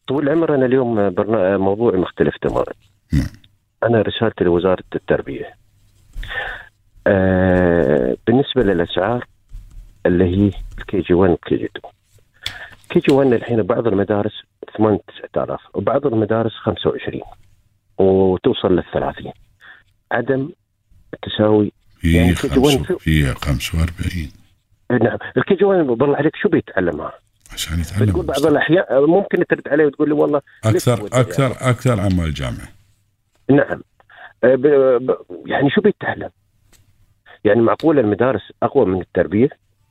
طول العمر أنا اليوم موضوعي مختلف تماما. أنا رسالتي لوزارة التربية بالنسبة للأسعار اللي هي الكي جي 1 والكي جي 2. كي جي 1 الحين بعض المدارس 8-9,000 وبعض المدارس 25 وتوصل لل30. عدم التساوي. يعني هي 45. نعم. الكي جي 1 بالله عليك شو بيتعلمها؟ عشان يتعلم. تقول بعض الأحيان ممكن ترد علي وتقول لي والله أكثر عما الجامعة. نعم. يعني شو بيتعلم؟ يعني معقول المدارس أقوى من التربية؟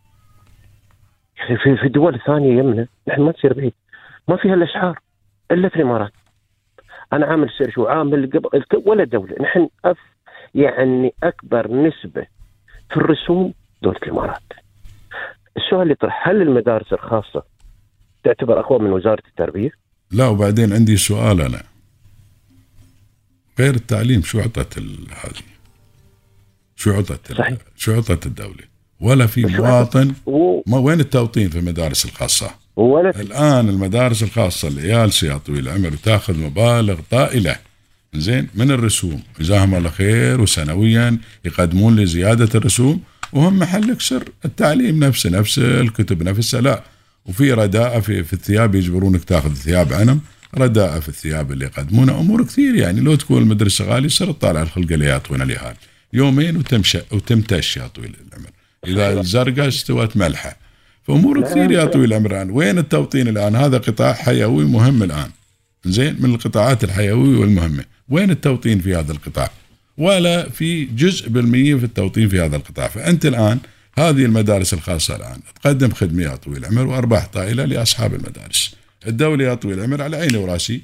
في دول ثانية يمنا نحن ما تصير بعيد ما فيها الأسعار إلا في الإمارات. أنا عامل سيرش وعامل قبل ولا دولة نحن يعني أكبر نسبة في الرسوم دولة الإمارات. السؤال اللي يطرح هل المدارس الخاصة تعتبر أقوى من وزارة التربية؟ لا. وبعدين عندي سؤال أنا غير التعليم شو عطت هذه؟ شو عطت الدولة؟ ولا في مواطن وين التوطين في المدارس الخاصة؟ الآن المدارس الخاصة العيال يا طويل العمر تاخذ مبالغ طائلة زين من الرسوم، جزاهم الله خير، وسنويا يقدمون لزيادة الرسوم وهم محلك سر التعليم نفس الكتب نفسها. لا، وفي رداءة في الثياب، يجبرونك تاخذ ثياب عنم، رداءة في الثياب اللي يقدمونها، أمور كثير. يعني لو تكون المدرسة غالية صار تطالع الخلقة اللي يعطونا لها يومين وتمتش يا طويل العمر. إذا الزرقاء استوت ملحة، فأمور كثير يا طويل العمر. الآن وين التوطين الآن؟ هذا قطاع حيوي مهم الآن زين، من القطاعات الحيوية والمهمة. وين التوطين في هذا القطاع؟ ولا في جزء بالمية في التوطين في هذا القطاع. فأنت الآن هذه المدارس الخاصة الآن تقدم خدمة يا طويل العمر وأرباح طائلة لأصحاب المدارس. الدولة يا طويل العمر على عيني وراسي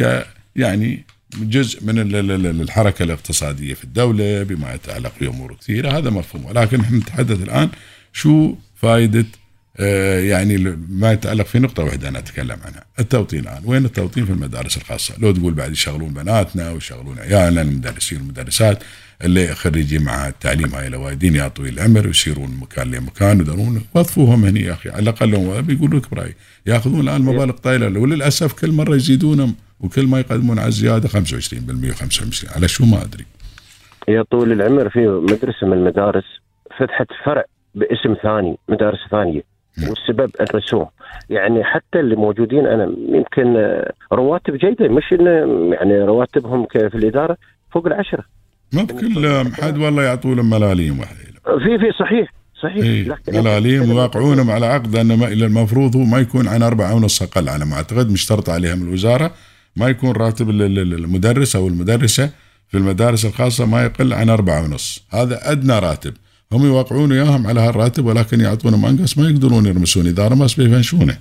يعني جزء من الحركة الاقتصادية في الدولة بما يتعلق بأمور كثيرة، هذا مفهوم. ولكن نحن نتحدث الآن شو فائدة يعني ما يتعلق في نقطة واحدة أنا أتكلم عنها، التوطين. الآن وين التوطين في المدارس الخاصة؟ لو تقول بعد يشغلون بناتنا ويشغلون عيالنا المدرسين والمدرسات اللي خريجين مع التعليم هاي الأوادين يا طويل العمر ويصيرون من مكان لمكان ودرون وظفوهم هنا يا أخي على الأقل. بيقولوا لك برأي يأخذون الآن مبالغ طائلة، وللأسف كل مرة يزيدونهم وكل ما يقدمون على الزيادة 25% و25%. على شو ما أدري. يا طول العمر في مدرسة من المدارس فتحت فرع باسم ثاني، مدارس ثانية، والسبب الرسوم. يعني حتى اللي موجودين أنا يمكن رواتب جيدة، مش إن يعني رواتبهم في الإدارة فوق 10. ما بكل حد والله يعطوا لهم ملاليم واحدة. في صحيح إيه ملاليم ويوقعونهم على عقد أن المفروض هو ما يكون عن 4.5 أقل على ما أعتقد، مشترط عليهم الوزارة ما يكون راتب المدرس أو المدرسة في المدارس الخاصة ما يقل عن 4.5. هذا أدنى راتب، هم يوقعون إياهم على هالراتب ولكن يعطونهم أنقص، ما يقدرون يرمسون، إذا رمس بيفنشونه.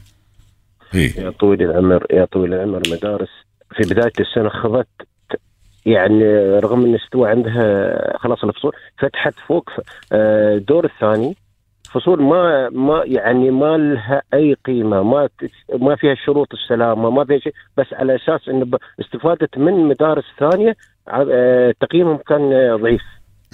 يا طويل العمر مدارس في بداية السنة خذت يعني رغم أن استوى عندها خلاص الفصول، فتحت فوق الدور الثاني فصول ما يعني ما لها أي قيمة، ما فيها شروط السلامة، ما فيها شيء، بس على أساس أن استفادت من مدارس ثانية تقييمهم كان ضعيف.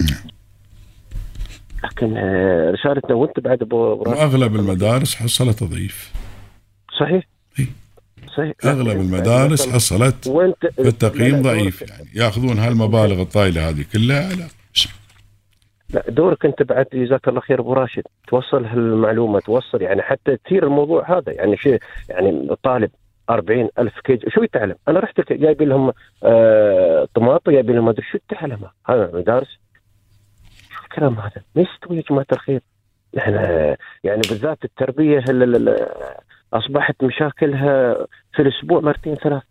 لكن رسالتنا وانت بعد واغلب المدارس حصلت ضعيف. صحيح. اغلب المدارس حصلت التقييم ضعيف، يعني ياخذون هالمبالغ الطائله هذه كلها على لا دورك انت بعد جزاك الله خير ابو راشد توصل هالمعلومه، توصل يعني حتى تثير الموضوع هذا. يعني شيء يعني الطالب 40,000 كيجي شو يتعلم؟ انا رحت جايب لهم طماطم، جايب لهم ما ادري شو التعلم. هذا مدارس الكلام هذا ما يستوي يا جماعة الخير. نحن يعني بالذات التربية أصبحت مشاكلها في الأسبوع 2-3.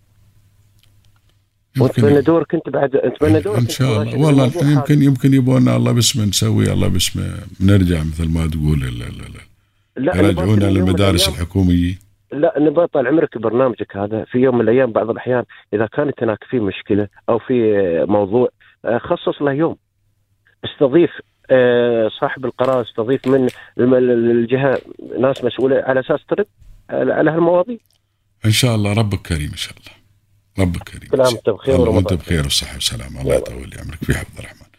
وأتمنى دورك أنت بعد، أتمنى دورك إن شاء الله. والله الحين يمكن يبغونا الله باسمه نسوي، الله باسمه نرجع مثل ما تقول يرجعونا للمدارس الحكومية. لا نبغى طال عمرك برنامجك هذا في يوم من الأيام بعض الأحيان إذا كانت هناك في مشكلة أو في موضوع خصص له يوم، استضيف صاحب القرار، استضيف من الجهة ناس مسؤولة على أساس ترد على هالمواضيع. إن شاء الله. ربك كريم إن شاء الله. ربك كريم. كل عام وأنت بخير وأنت بخير والصحة والسلامة. الله يطول عمرك في حفظ الرحمن.